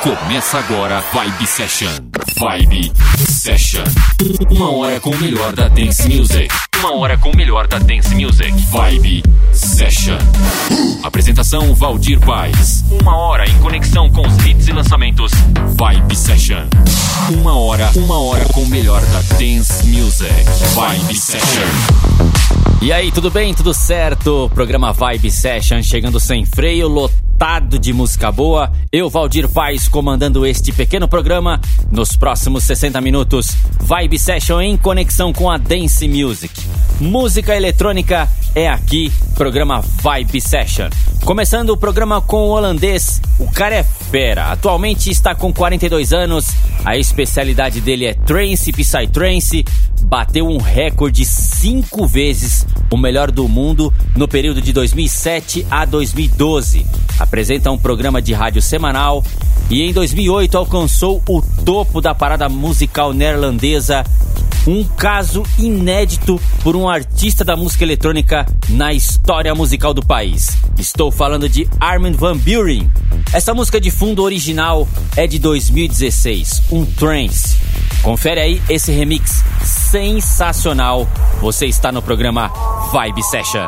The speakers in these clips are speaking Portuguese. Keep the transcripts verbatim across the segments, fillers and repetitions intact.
Começa agora Vibe Session. Vibe Session. Uma hora com o melhor da Dance Music. Uma hora com o melhor da Dance Music. Vibe Session. Apresentação Valdir Paes. Uma hora em conexão com os hits e lançamentos. Vibe Session. Uma hora, uma hora com o melhor da Dance Music. Vibe Session. E aí, tudo bem? Tudo certo? Programa Vibe Session chegando sem freio, lotado de música boa. Eu, Valdir Paes, comandando este pequeno programa. Nos próximos sessenta minutos, Vibe Session em conexão com a Dance Music. Música eletrônica é aqui, programa Vibe Session. Começando o programa com o holandês, o cara é fera. Atualmente está com quarenta e dois anos, a especialidade dele é trance, psytrance. Bateu um recorde cinco vezes o melhor do mundo no período de dois mil e sete a dois mil e doze. Apresenta um programa de rádio semanal e em dois mil e oito alcançou o topo da parada musical neerlandesa. Um caso inédito por um artista da música eletrônica na história musical do país. Estou falando de Armin van Buuren. Essa música de fundo original é de dois mil e dezesseis, um trance. Confere aí esse remix sensacional. Você está no programa Vibe Session.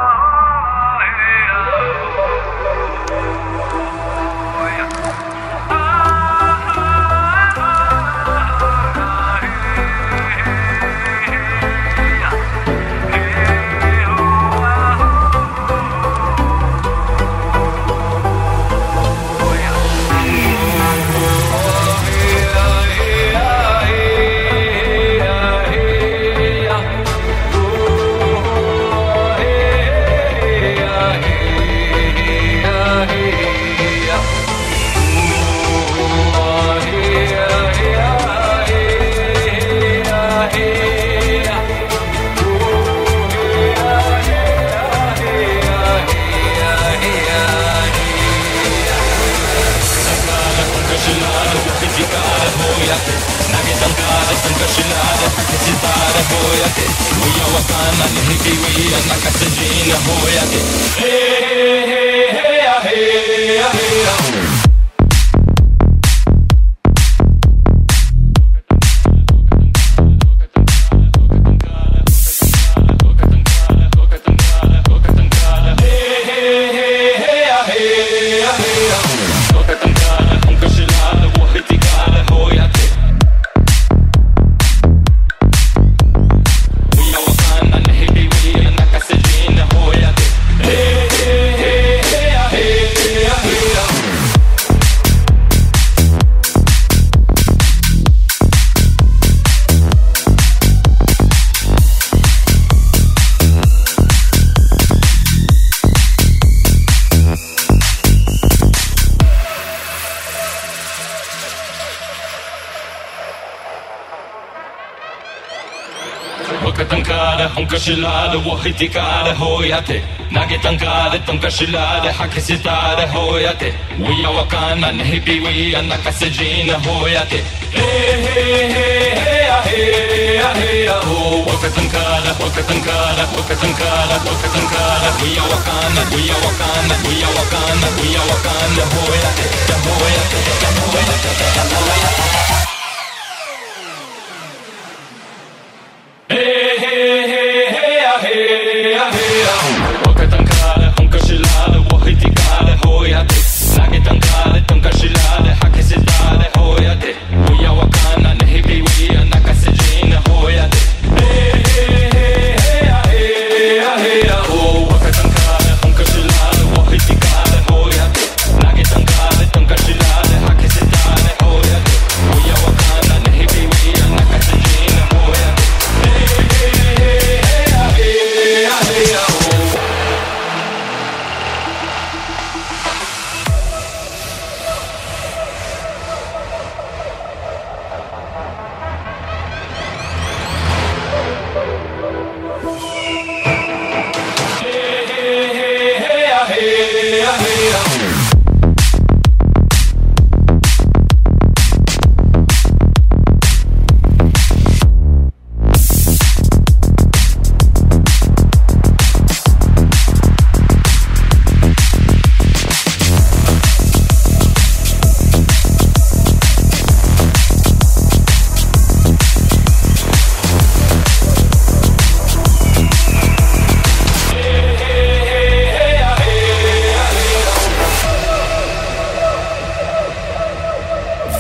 Shilada, wahitikada, hoyate. Nagetankada, tonkashilada, hakisitada, hoyate. We are wakana, nehipi, we are nakasajina, hoyate. Hey, hey, hey, hey, hey, hey, oh. Wakatankada, wakatankada, wakatankada, wakatankada. We are wakana, we are wakana, we are wakana, we are wakana, hoyate, hoyate, hoyate, hoyate. Hey, hey, hey. Wakatankada, tonkashilada, wahitikada, hoyate. Nagetankada, tonkashilada, hakisitada, hoyate. We are wakana, nehipi, we are nakasajina, hoyate. Hey, hey, hey, hey, hey, hey, oh. Wakatankada, tonkashilada, wahitikada, hoyate. Nagetankada, tonkashilada, hakisitada, hoyate.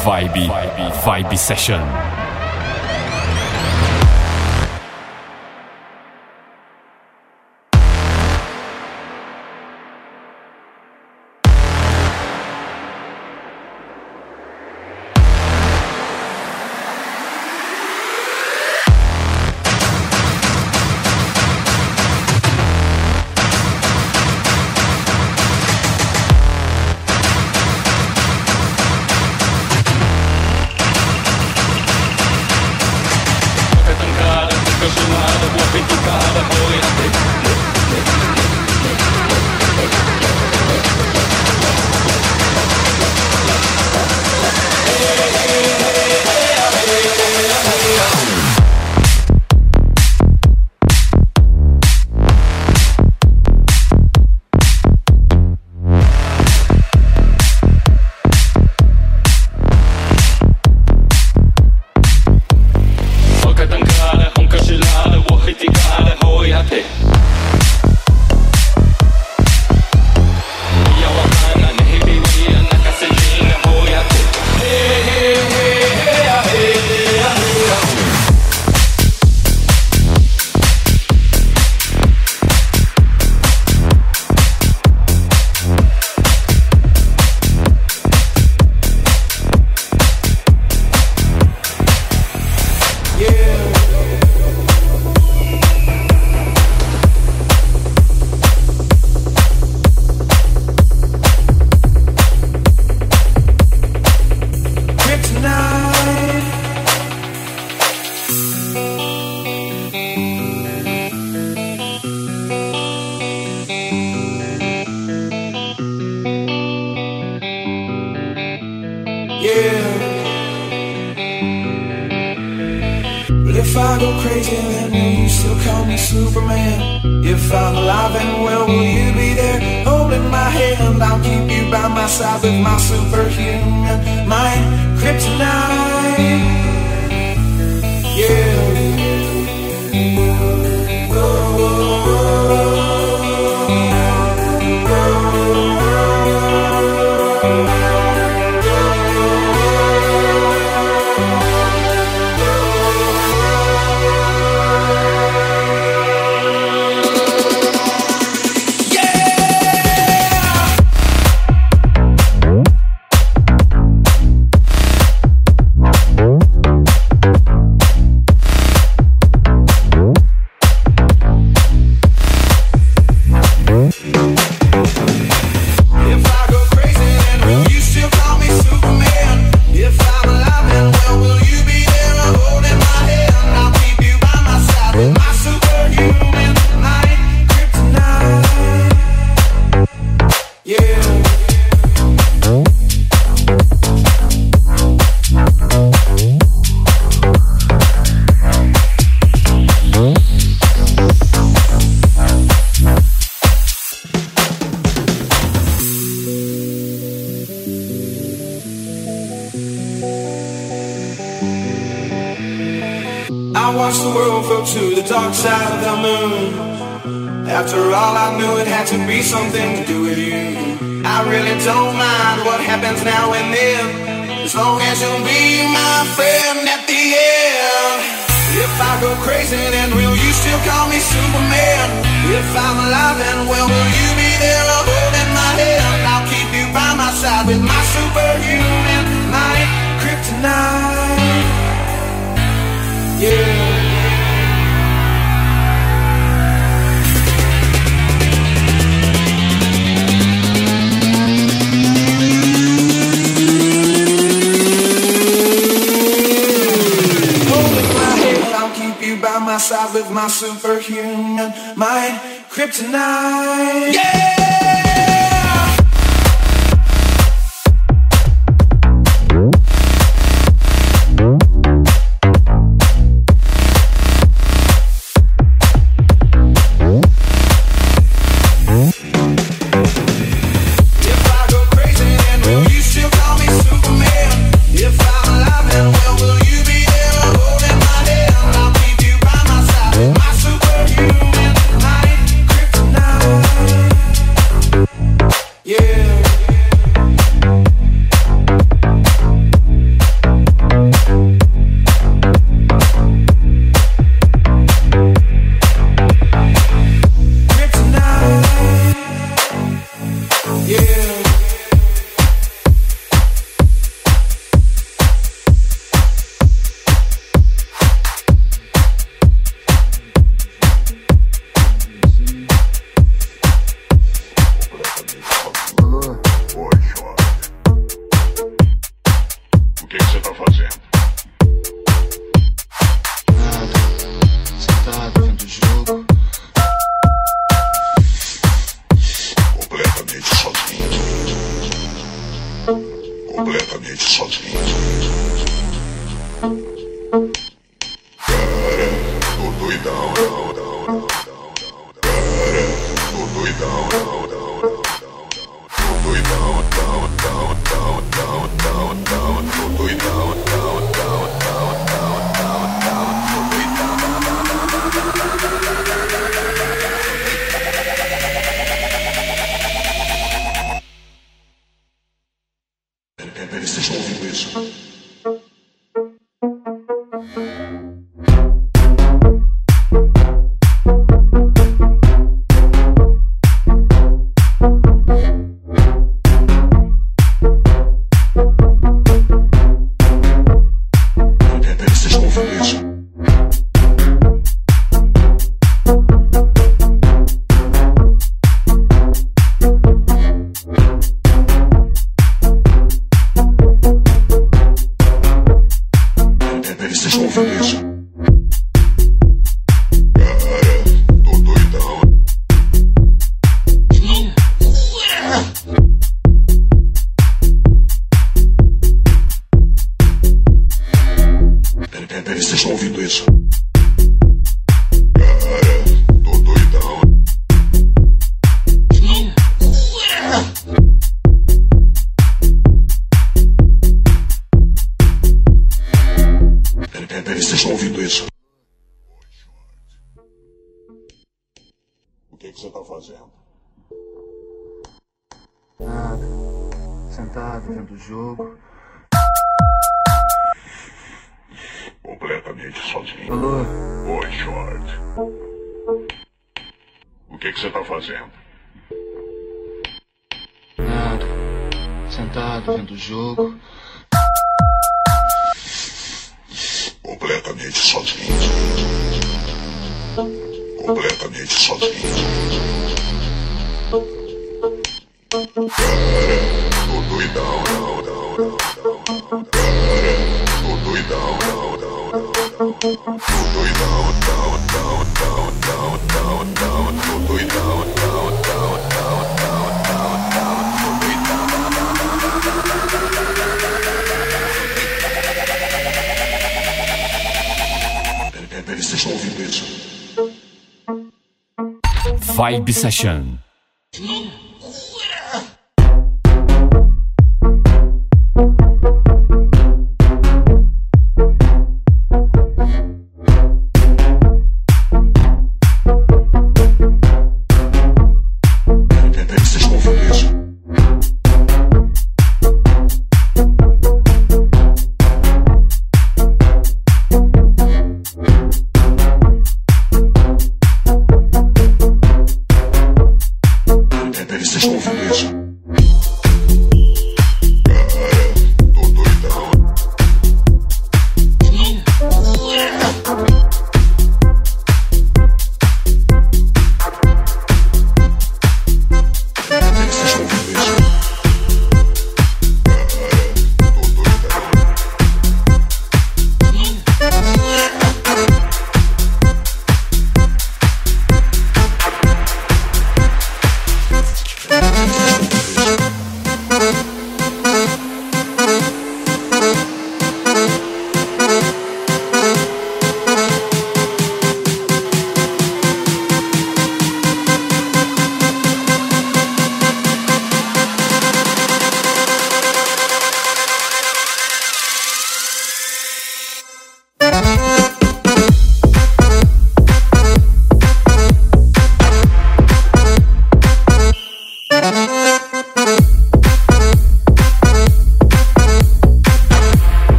Vibe, Vibe, Vibe Session. If I go crazy, then will you still call me Superman? If I'm alive and well, will you be there holding my hand? I'll keep you by my side with my superhuman mind, kryptonite. Yeah. I watched the world fall to the dark side of the moon. After all, I knew it had to be something to do with you. I really don't mind what happens now and then, as long as you'll be my friend at the end. If I go crazy, then will you still call me Superman? If I'm alive and well, will you be there holding my hand? I'll keep you by my side with my superhuman mind, kryptonite. Yeah. By my side with my superhuman mind, kryptonite. Yeah. My superhuman mind, kryptonite. completamente sozinho. Cara, tô doidão, não, não, não, não, não. Cara, tô doidão, não, não, não, não, não. Tô doidão, não, não, não, não, não, não. Tô doidão, não, não, não, não, não, não. Tô doidão. Peraí, vocês estão ouvindo isso? Do jogo completamente sozinho. Alô? Oi, Short. O que que você tá fazendo? Nada. Sentado vendo o jogo. Completamente sozinho. Completamente sozinho. Cara, tô doidão, não, não, não, não, não. Cara, tô doidão, não, não, não, não. Tô doidão, não, não, não, não, não, não. Tô doidão, não, não, não, não, não, não. Tô doidão. Peraí, peraí, peraí, vocês estão ouvindo isso? Vibe Session.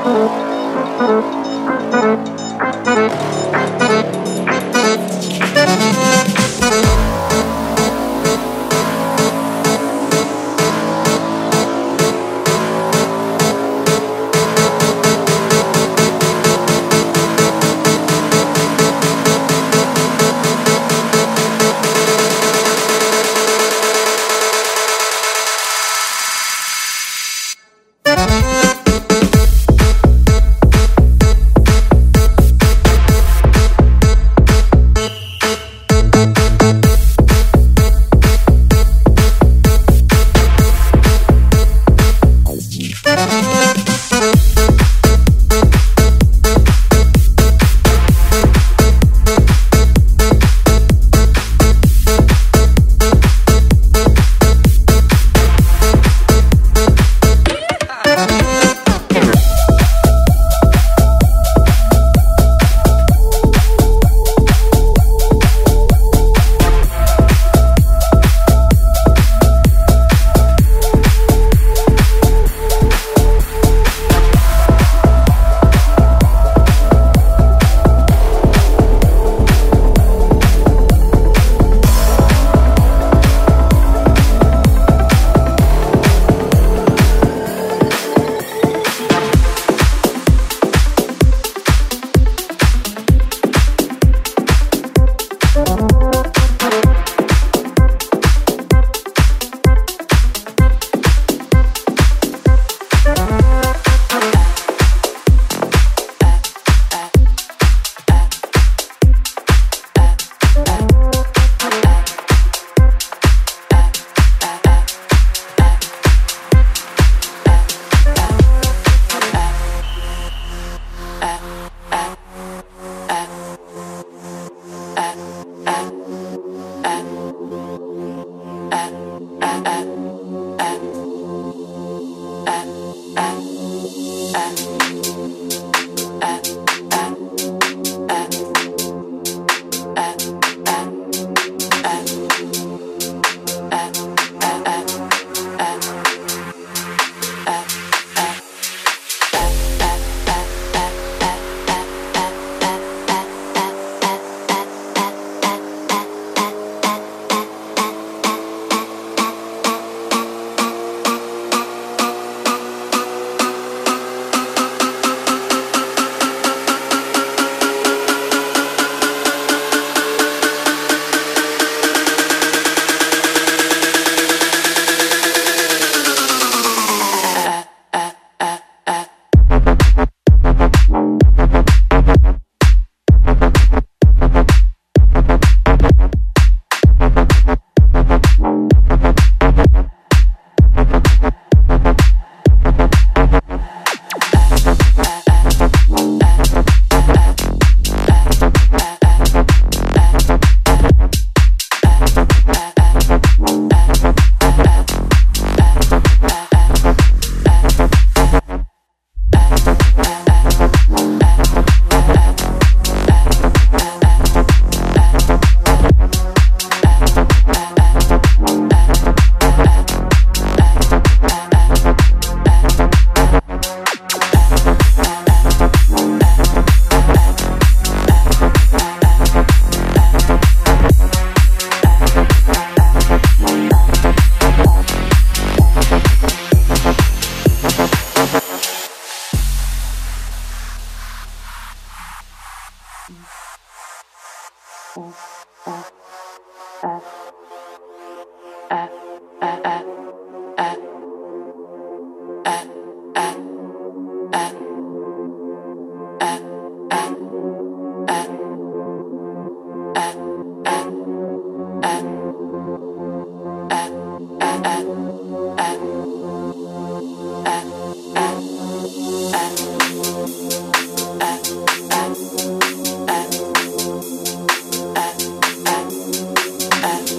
Uh,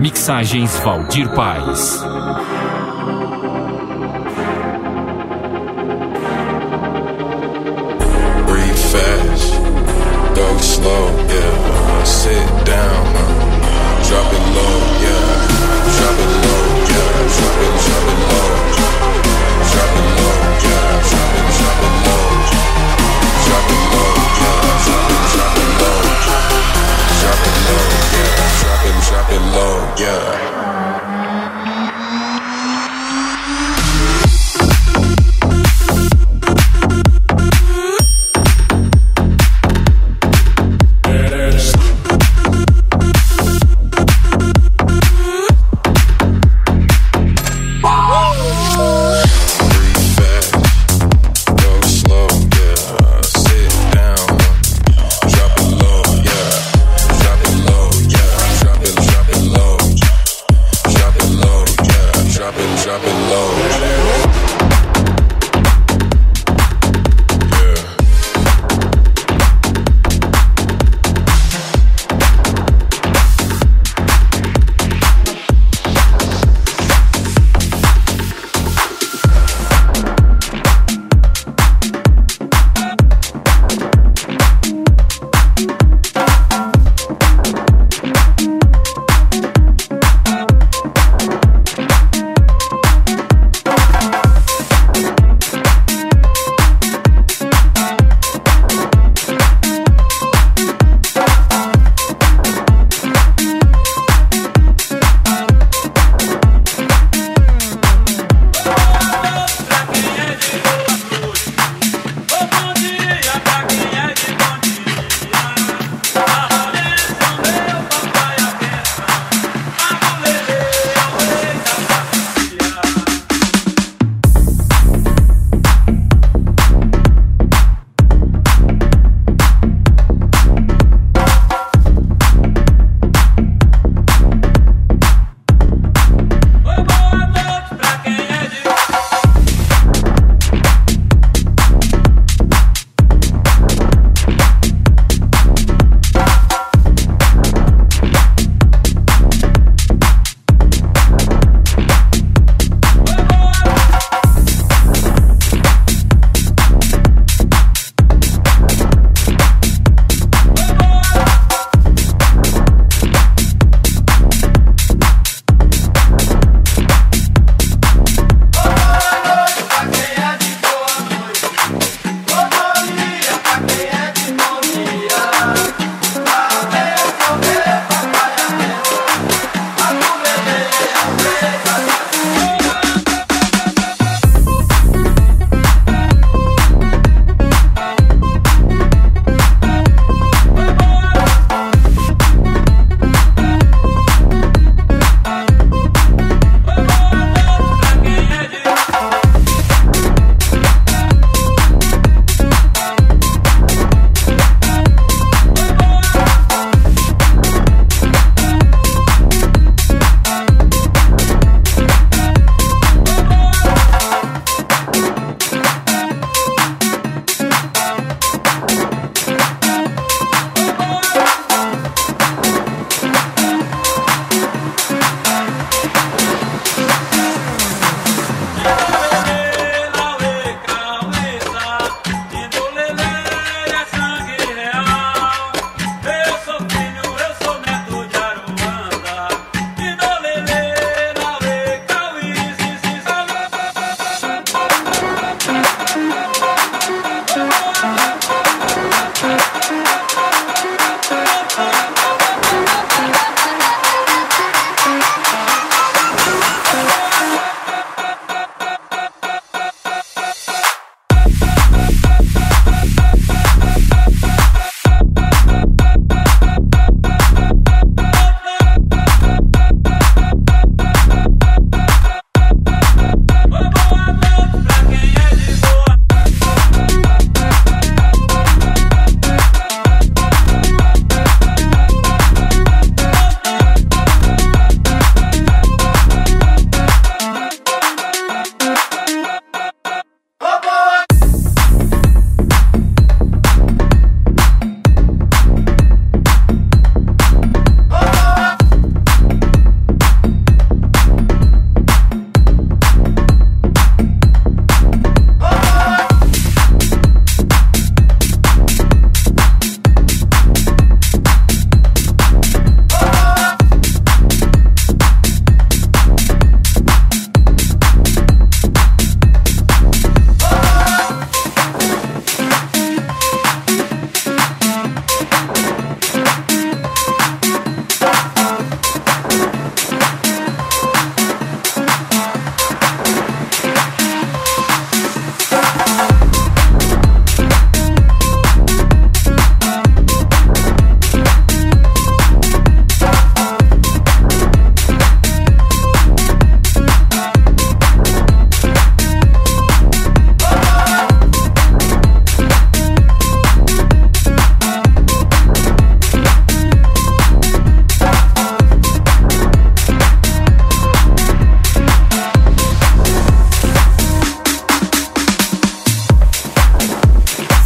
Mixagens Valdir Paz. Breathe fast, go slow, yeah. Sit down, uh, drop it low, yeah. Drop it low, yeah. Drop it, drop it low. Drop it low, yeah. Drop it, drop it low. Drop it low, yeah. Drop it, drop it low. Drop it low, yeah. Drop it, drop it low, yeah.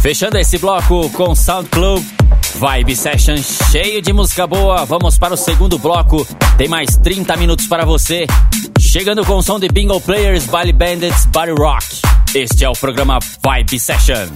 Fechando esse bloco com Sound Club, Vibe Session cheio de música boa. Vamos para o segundo bloco, tem mais trinta minutos para você. Chegando com o som de Bingo Players, Bali Bandits, Body Rock. Este é o programa Vibe Session.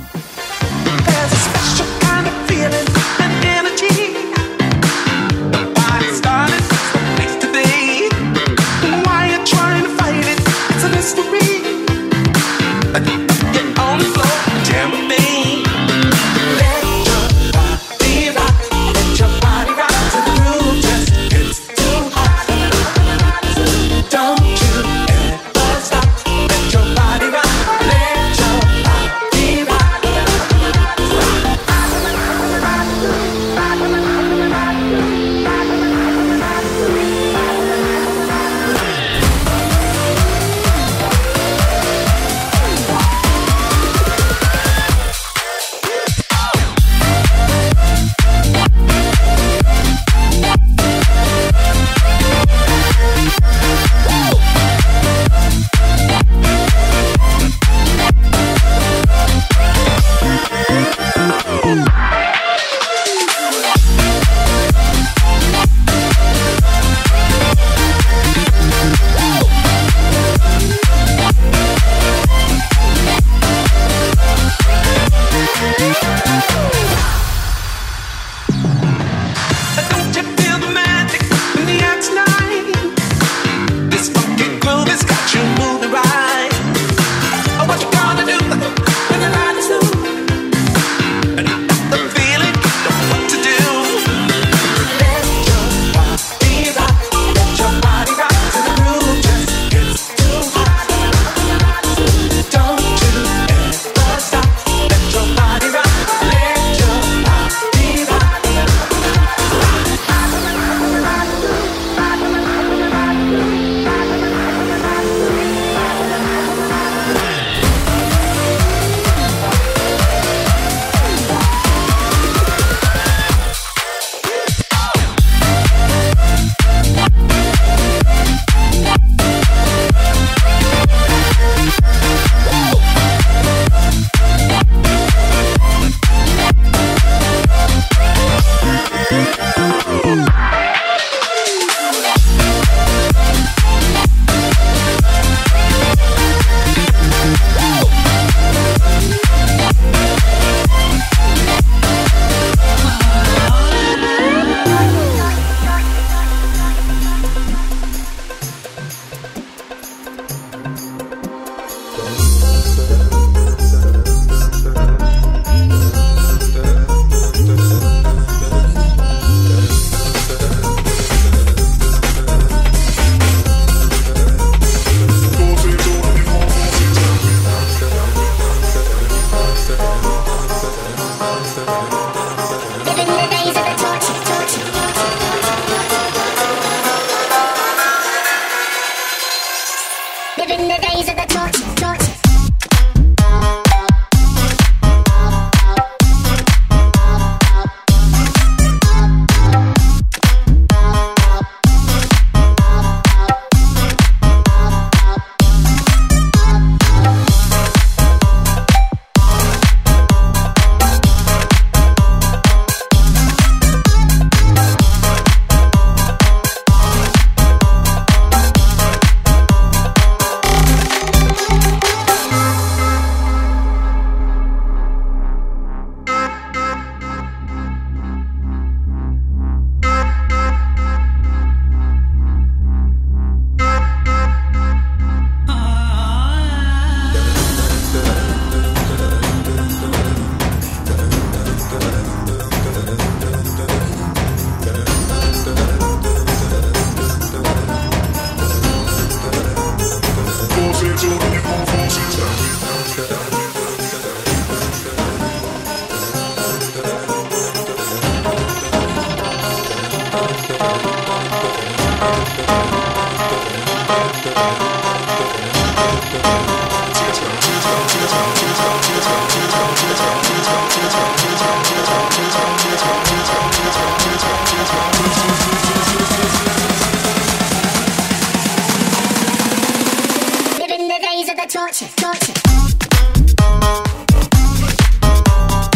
Living the days of the torture, torture.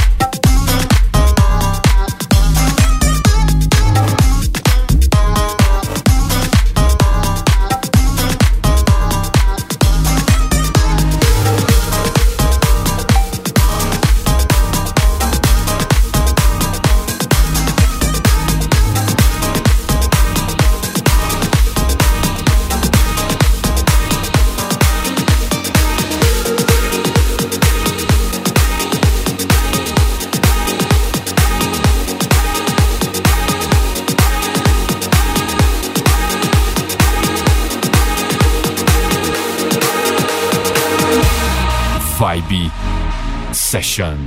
Session.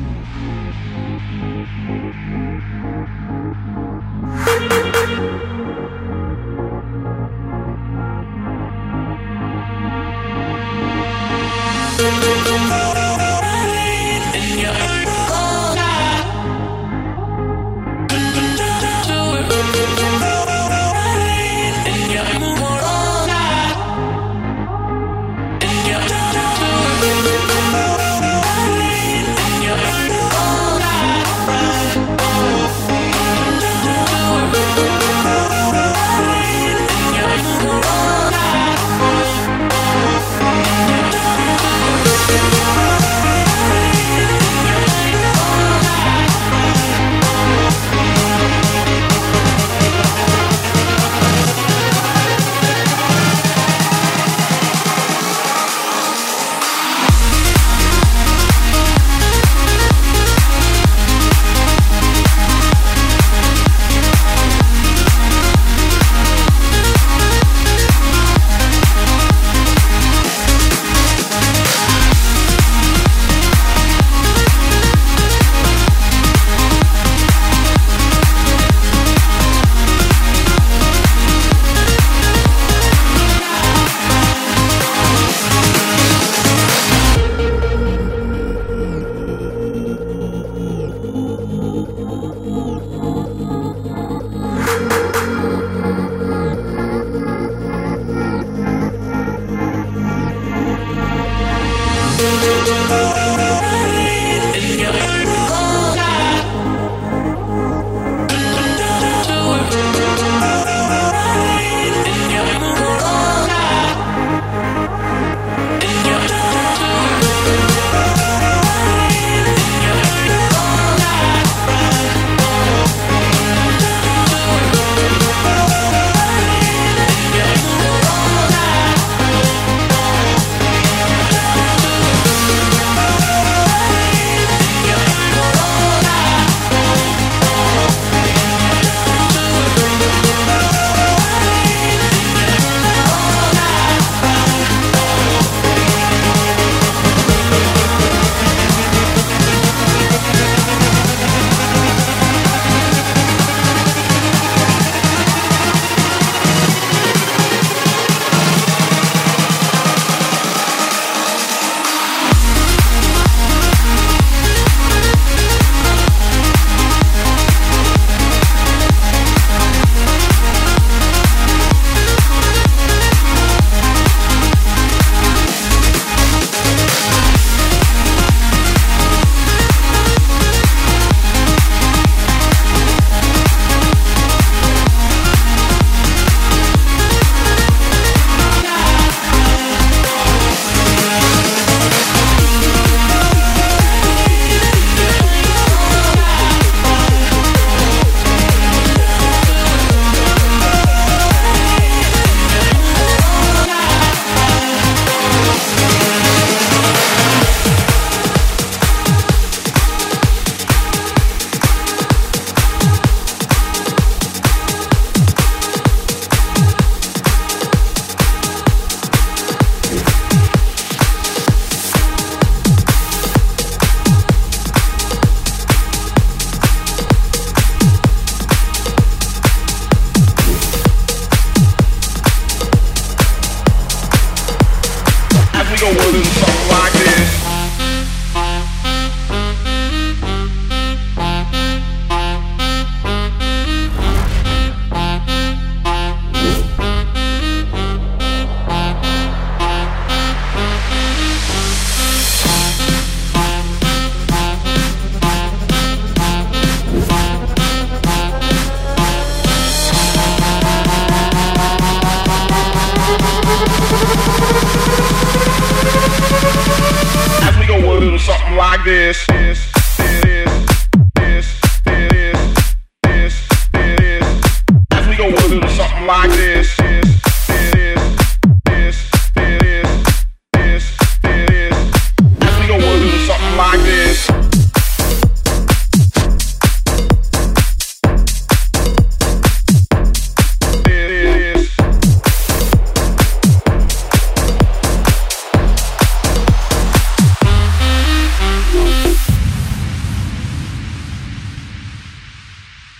like this. this, this, this, this, this, this. As we go a little something like this. This, this, this, this, this, this. As we go a little something like this.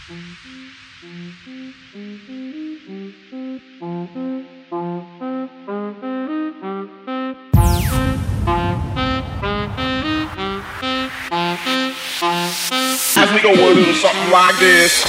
As we go a little something like this.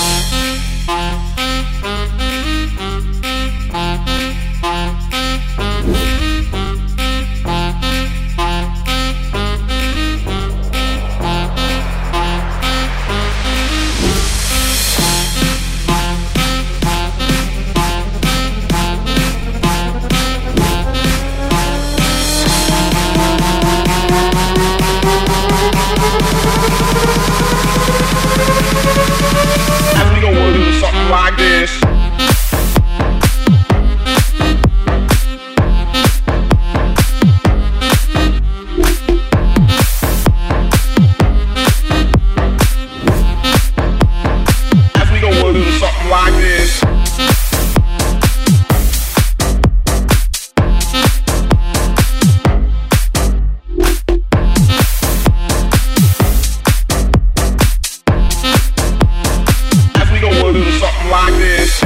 Like this. As we go a little something like this. Like this.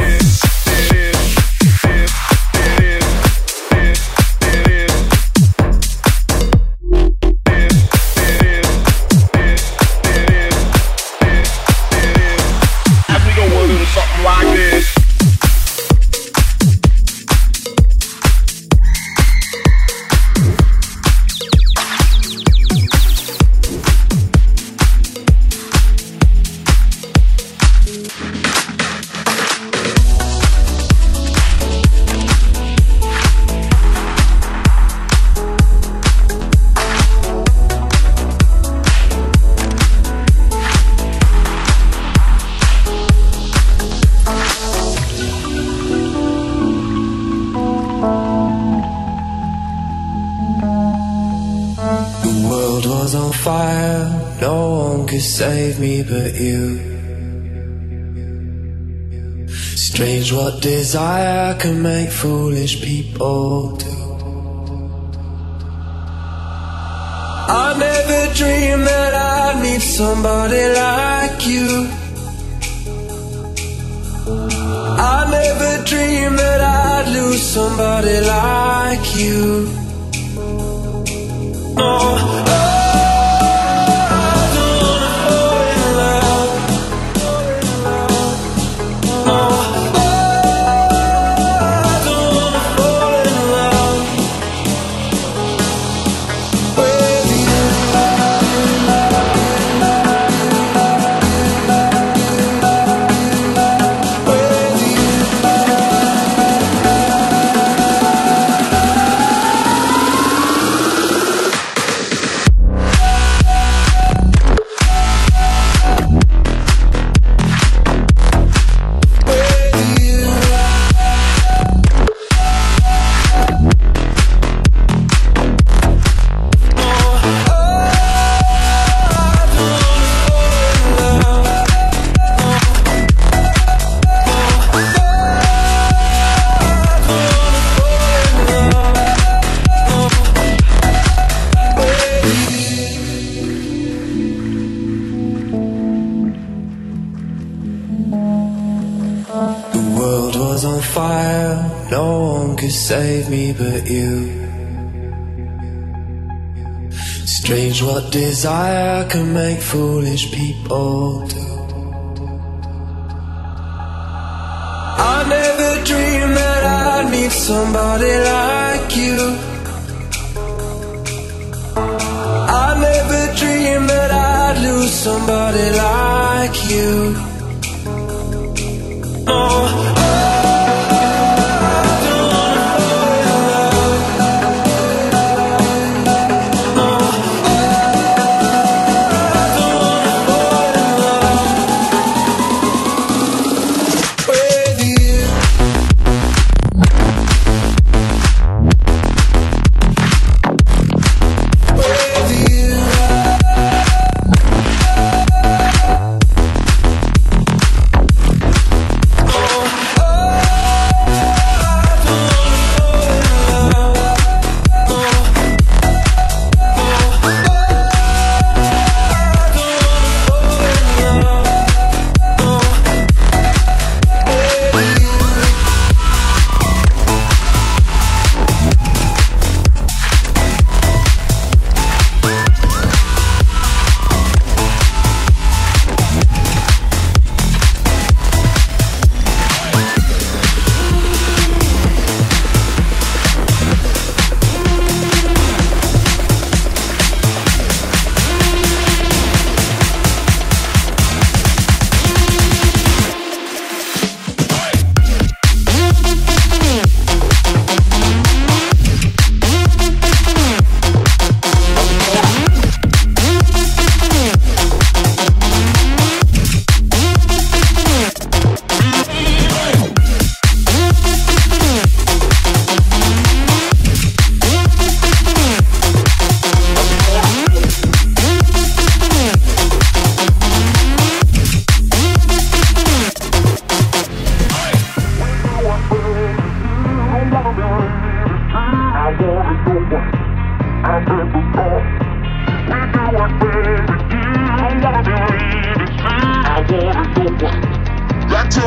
As we go a little something like this. Fire, no one could save me but you. Strange what desire can make foolish people do. I never dreamed that I'd meet somebody like you. I never dreamed that I'd lose somebody like you. Oh, oh. Save me but you. Strange what desire can make foolish people do. I never dreamed that I'd meet somebody like you. I never dreamed that I'd lose somebody like you. Oh,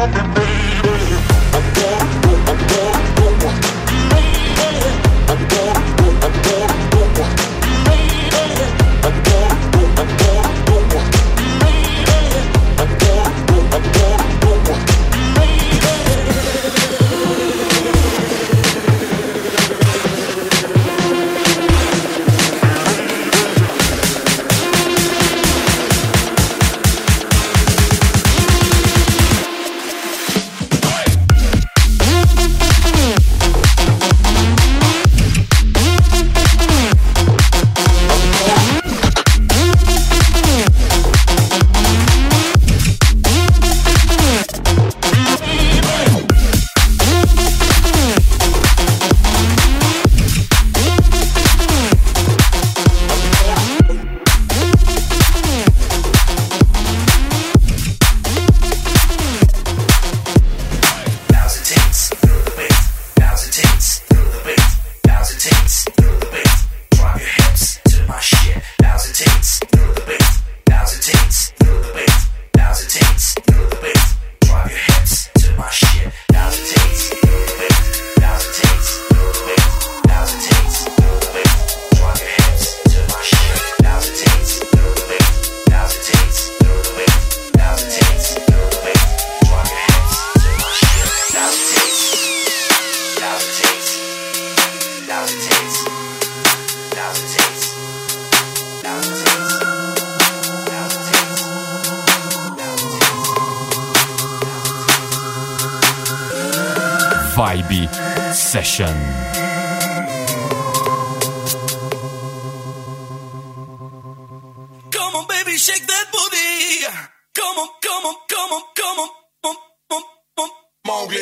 Vibe Session. Come on, baby, shake that booty. Come on, come on, come on, come on, come on, come on, Mowgli.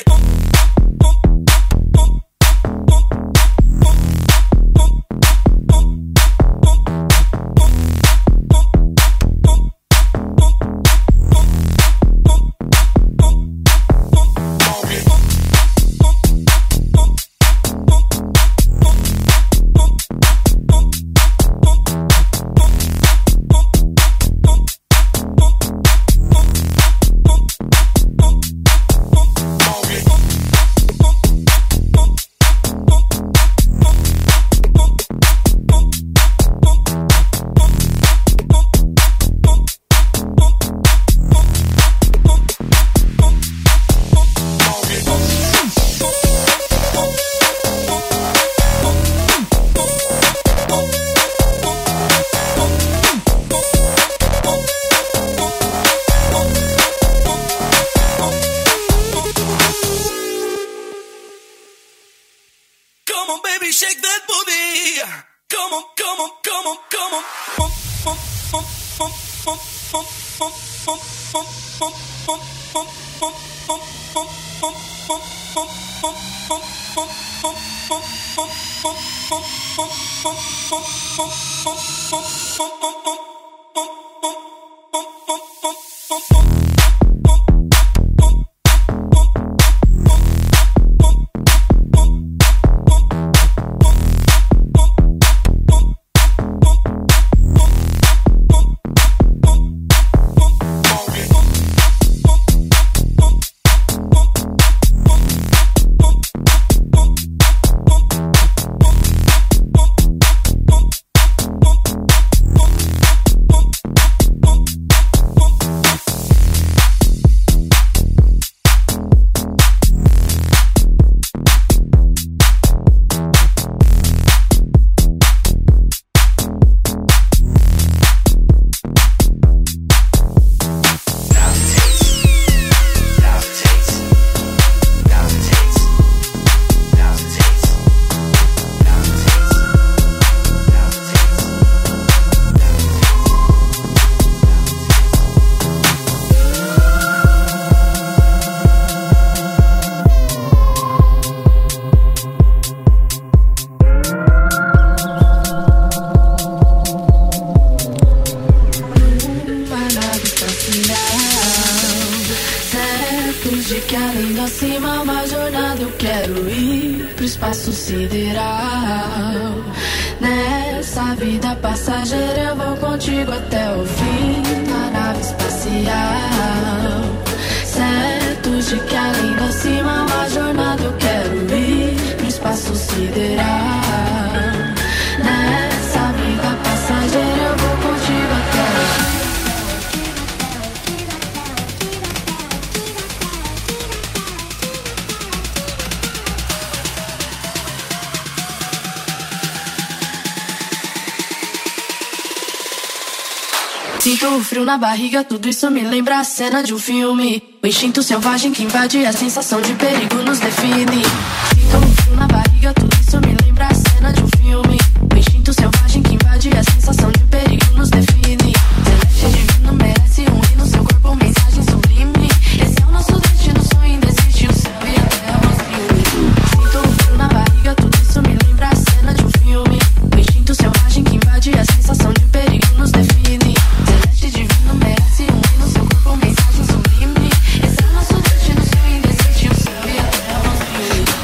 Sinto o frio na barriga, tudo isso me lembra a cena de um filme. O instinto selvagem que invade, a sensação de perigo nos define. Sinto o frio na barriga, tudo isso me lembra a cena de um filme. O instinto selvagem que invade, a sensação de perigo nos define. Celeste divino merece um hino, seu corpo mensagem sublime. Esse é o nosso destino, sonho indesiste, o céu e a terra nos filmes. Sinto o frio na barriga, tudo isso me lembra a cena de um filme. O instinto selvagem que invade, a sensação de perigo nos define. Celeste divino merece um hino, seu corpo mensagem sublime. Esse é o nosso destino, sonho indesiste, o céu e a terra nos filmes.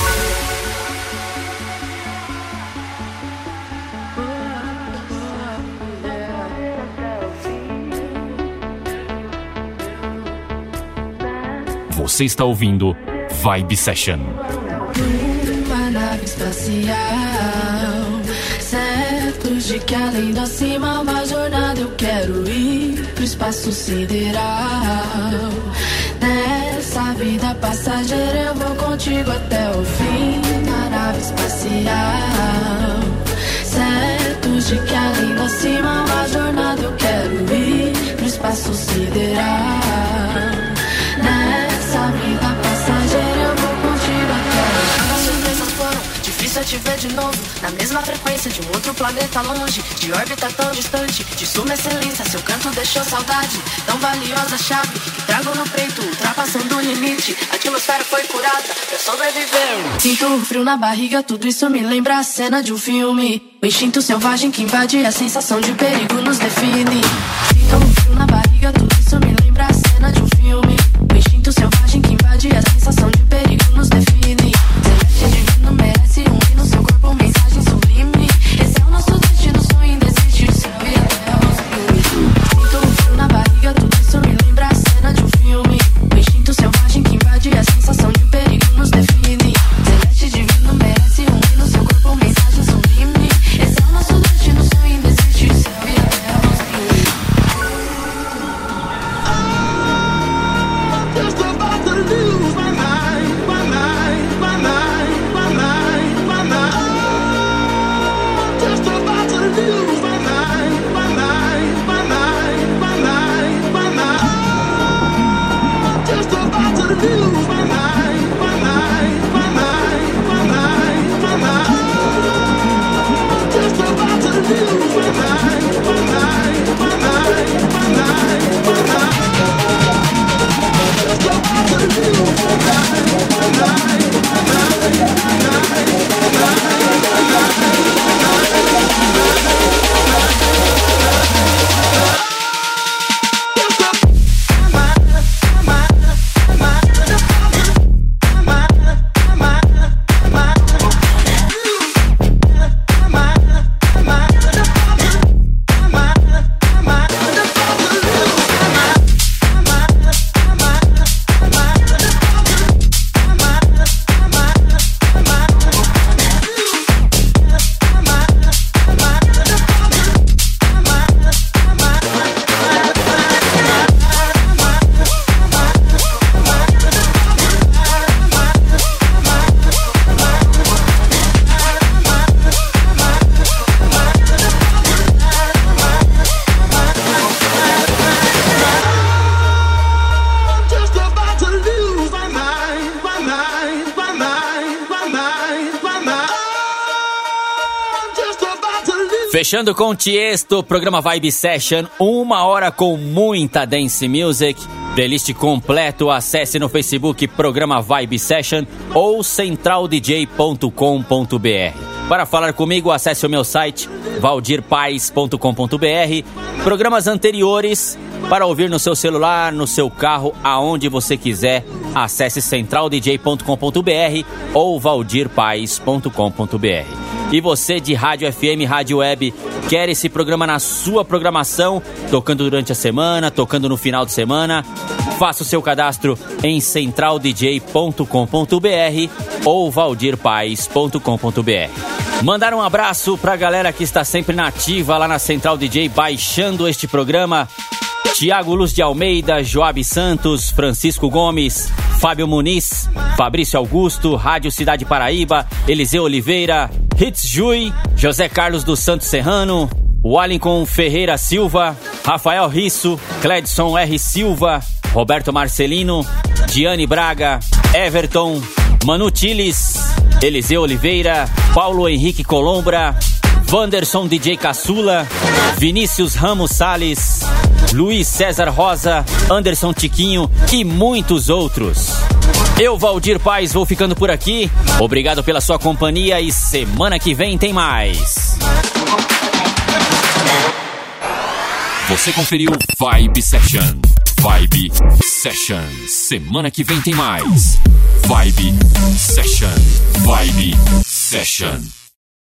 Você está ouvindo Vibe Session. Uma nave espacial, certos de que além do acima uma jornada eu quero ir pro espaço sideral. Nessa vida passageira eu vou contigo até o fim. Na nave espacial, certos de que além do acima uma jornada eu quero ir pro espaço sideral. Nessa vida passageira eu vou contigo até. As surpresas foram, difícil é te ver de novo. Na mesma frequência de um outro planeta longe, de órbita tão distante, de suma excelência, seu canto deixou saudade. Tão valiosa chave, que trago no peito, ultrapassando o limite. A atmosfera foi curada pra sobreviver. Sinto o frio na barriga, tudo isso me lembra a cena de um filme. O instinto selvagem que invade, a sensação de perigo nos define. Sinto o frio na barriga, tudo isso me lembra a cena de um filme. O instinto selvagem que invade, a sensação de perigo nos define. Celeste divino merece um hino, seu corpo mensagem sublime. Esse é o nosso destino, sonho indesiste, o céu e a terra nos filmes. Sinto o frio na barriga, tudo isso me lembra a cena de um filme. O instinto selvagem que invade, a sensação de perigo nos define. Celeste divino merece um hino, seu corpo mensagem sublime. Esse é o nosso destino, sonho indesiste, o céu e a terra nos filmes. Just about to lose my mind, my mind, my mind, my mind, my mind. Just about to lose my mind, my mind, my mind, my mind, my mind. Just about to lose my mind, my mind, my mind, my mind, my mind. Just about to lose my mind, my mind, my mind, my mind, my mind. Fechando com Tiesto, programa Vibe Session, uma hora com muita dance music. Playlist completo, acesse no Facebook Programa Vibe Session ou central d j ponto com ponto b r. Para falar comigo, acesse o meu site valdir paz ponto com ponto b r. Programas anteriores para ouvir no seu celular, no seu carro, aonde você quiser, acesse central d j ponto com ponto b r ou valdir paz ponto com ponto b r. E você de rádio F M, rádio web, quer esse programa na sua programação, tocando durante a semana, tocando no final de semana? Faça o seu cadastro em central d j ponto com ponto b r ou valdir paz ponto com ponto b r. Mandar um abraço pra galera que está sempre na ativa lá na Central D J, baixando este programa. Tiago Luz de Almeida, Joab Santos, Francisco Gomes, Fábio Muniz, Fabrício Augusto, Rádio Cidade Paraíba, Eliseu Oliveira, Hits Jui, José Carlos dos Santos Serrano, Wallington Ferreira Silva, Rafael Risso, Cledson R. Silva, Roberto Marcelino, Diane Braga, Everton, Manu Tiles, Eliseu Oliveira, Paulo Henrique Colombra, Wanderson D J Caçula, Vinícius Ramos Salles, Luiz César Rosa, Anderson Tiquinho e muitos outros. Eu, Valdir Paes, vou ficando por aqui. Obrigado pela sua companhia e semana que vem tem mais. Você conferiu Vibe Session. Vibe Session. Semana que vem tem mais. Vibe Session. Vibe Session.